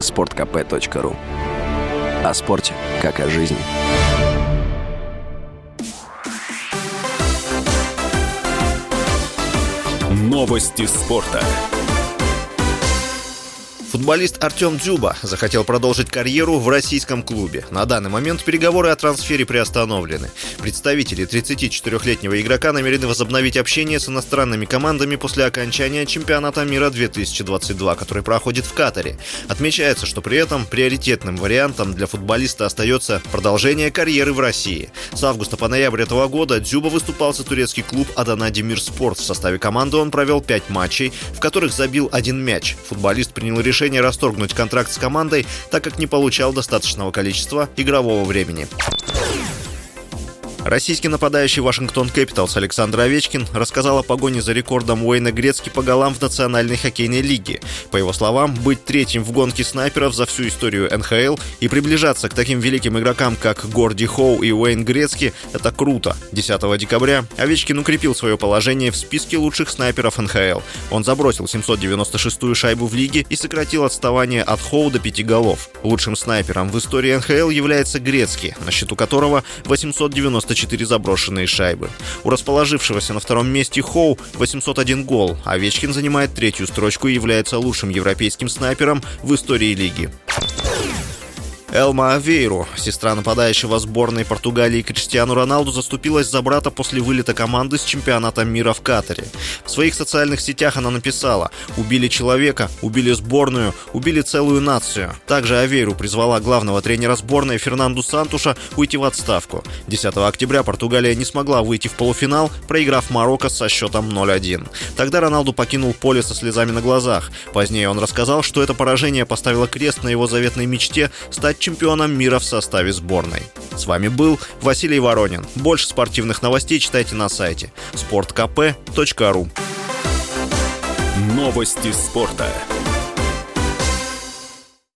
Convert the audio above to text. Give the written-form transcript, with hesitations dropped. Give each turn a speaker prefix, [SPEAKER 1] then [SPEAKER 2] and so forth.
[SPEAKER 1] sportkp.ru. О спорте, как о жизни.
[SPEAKER 2] Новости спорта.
[SPEAKER 3] Футболист Артем Дзюба захотел продолжить карьеру в российском клубе. На данный момент переговоры о трансфере приостановлены. Представители 34-летнего игрока намерены возобновить общение с иностранными командами после окончания чемпионата мира 2022, который проходит в Катаре. Отмечается, что при этом приоритетным вариантом для футболиста остается продолжение карьеры в России. С августа по ноябрь этого года Дзюба выступал за турецкий клуб Адана Демирспорт. В составе команды он провел 5 матчей, в которых забил 1 мяч. Футболист принял решение расторгнуть контракт с командой, так как не получал достаточного количества игрового времени. Российский нападающий Вашингтон Кэпиталс Александр Овечкин рассказал о погоне за рекордом Уэйна Грецки по голам в Национальной хоккейной лиге. По его словам, быть третьим в гонке снайперов за всю историю НХЛ и приближаться к таким великим игрокам, как Горди Хоу и Уэйн Грецки, это круто. 10 декабря Овечкин укрепил свое положение в списке лучших снайперов НХЛ. Он забросил 796-ю шайбу в лиге и сократил отставание от Хоу до 5 голов. Лучшим снайпером в истории НХЛ является Грецки, на счету которого 894 заброшенные шайбы. У расположившегося на втором месте Хоу 801 гол. Овечкин занимает 3-ю строчку и является лучшим европейским снайпером в истории лиги. Элма Авейру, сестра нападающего сборной Португалии Криштиану Роналду, заступилась за брата после вылета команды с чемпионата мира в Катаре. В своих социальных сетях она написала: «Убили человека, убили сборную, убили целую нацию». Также Авейру призвала главного тренера сборной Фернанду Сантуша уйти в отставку. 10 октября Португалия не смогла выйти в полуфинал, проиграв Марокко со счетом 0-1. Тогда Роналду покинул поле со слезами на глазах. Позднее он рассказал, что это поражение поставило крест на его заветной мечте стать чемпионом мира в составе сборной. С вами был Василий Воронин. Больше спортивных новостей читайте на сайте sportkp.ru.
[SPEAKER 2] Новости спорта.